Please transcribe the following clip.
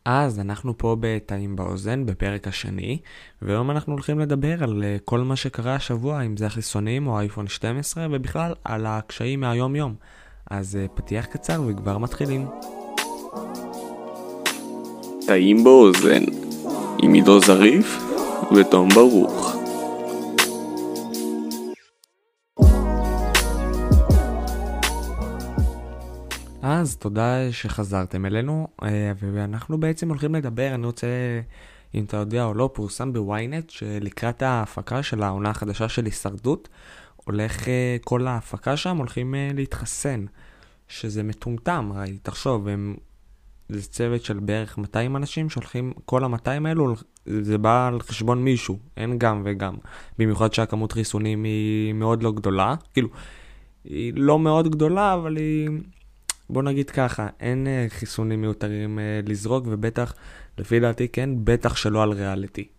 אז אנחנו פה בתאים באוזן בפרק השני, והיום אנחנו הולכים לדבר על כל מה שקרה השבוע, אם זה החיסונים או האייפון 12, ובכלל על הקשיים מהיום יום. אז פתיח קצר וכבר מתחילים. תאים באוזן, עם עידו זריף ותום ברוך. אז תודה שחזרתם אלינו, ואנחנו בעצם הולכים לדבר, אני רוצה, אם אתה יודע או לא, פורסם בוויינט שלקראת ההפקה של העונה החדשה של הישרדות, כל ההפקה שם הולכים להתחסן, שזה מטומטם, הרי תחשוב, זה צוות של בערך 200 אנשים שהולכים, כל ה-200 האלו, זה בא על חשבון מישהו, אין גם וגם, במיוחד שהכמות חיסונים היא מאוד לא גדולה, כאילו, היא לא מאוד גדולה, אבל היא... בוא נגיד ככה, אין חיסונים מיותרים לזרוק, ובטח, לפי דעתי כן, בטח שלא על ריאליטי.